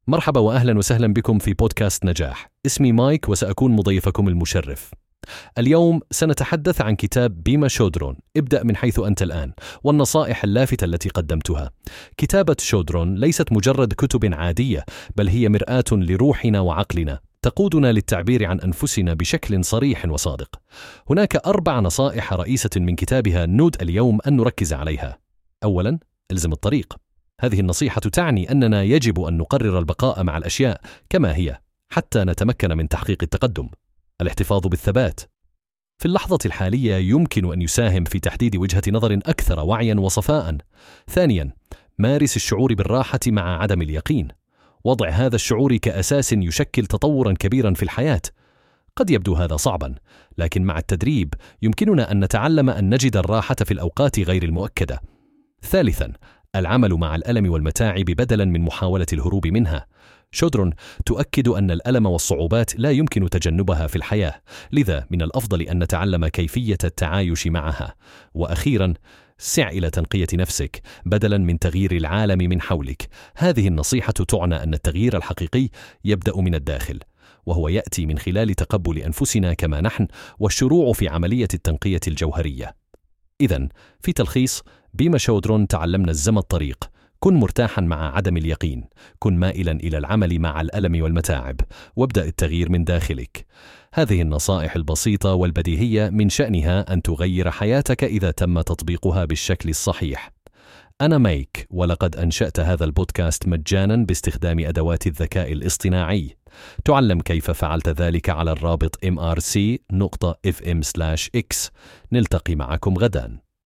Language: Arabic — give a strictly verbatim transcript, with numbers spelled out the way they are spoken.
مرحبا وأهلا وسهلا بكم في بودكاست نجاح. اسمي مايك وسأكون مضيفكم المشرف. اليوم سنتحدث عن كتاب بيما شودرون، ابدأ من حيث أنت الآن، والنصائح اللافتة التي قدمتها. كتابة شودرون ليست مجرد كتب عادية، بل هي مرآة لروحنا وعقلنا، تقودنا للتعبير عن أنفسنا بشكل صريح وصادق. هناك أربع نصائح رئيسة من كتابها نود اليوم أن نركز عليها. أولاً، الزم الطريق. هذه النصيحة تعني أننا يجب أن نقرر البقاء مع الأشياء كما هي حتى نتمكن من تحقيق التقدم. الاحتفاظ بالثبات. في اللحظة الحالية يمكن أن يساهم في تحديد وجهة نظر أكثر وعياً وصفاءً. ثانياً، مارس الشعور بالراحة مع عدم اليقين. وضع هذا الشعور كأساس يشكل تطوراً كبيراً في الحياة. قد يبدو هذا صعباً، لكن مع التدريب يمكننا أن نتعلم أن نجد الراحة في الأوقات غير المؤكدة. ثالثاً، العمل مع الألم والمتاعب بدلاً من محاولة الهروب منها. شودرون تؤكد أن الألم والصعوبات لا يمكن تجنبها في الحياة، لذا من الأفضل أن نتعلم كيفية التعايش معها. وأخيراً، سع إلى تنقية نفسك بدلاً من تغيير العالم من حولك. هذه النصيحة تعنى أن التغيير الحقيقي يبدأ من الداخل، وهو يأتي من خلال تقبل أنفسنا كما نحن والشروع في عملية التنقية الجوهرية. إذن في تلخيص، بيما شودرون تعلمنا الزم الطريق. كن مرتاحاً مع عدم اليقين، كن مائلاً إلى العمل مع الألم والمتاعب، وابدأ التغيير من داخلك. هذه النصائح البسيطة والبديهية من شأنها أن تغير حياتك إذا تم تطبيقها بالشكل الصحيح. أنا مايك، ولقد أنشأت هذا البودكاست مجاناً باستخدام أدوات الذكاء الاصطناعي. تعلم كيف فعلت ذلك على الرابط إم آر سي دوت إف إم سلاش إكس. نلتقي معكم غداً.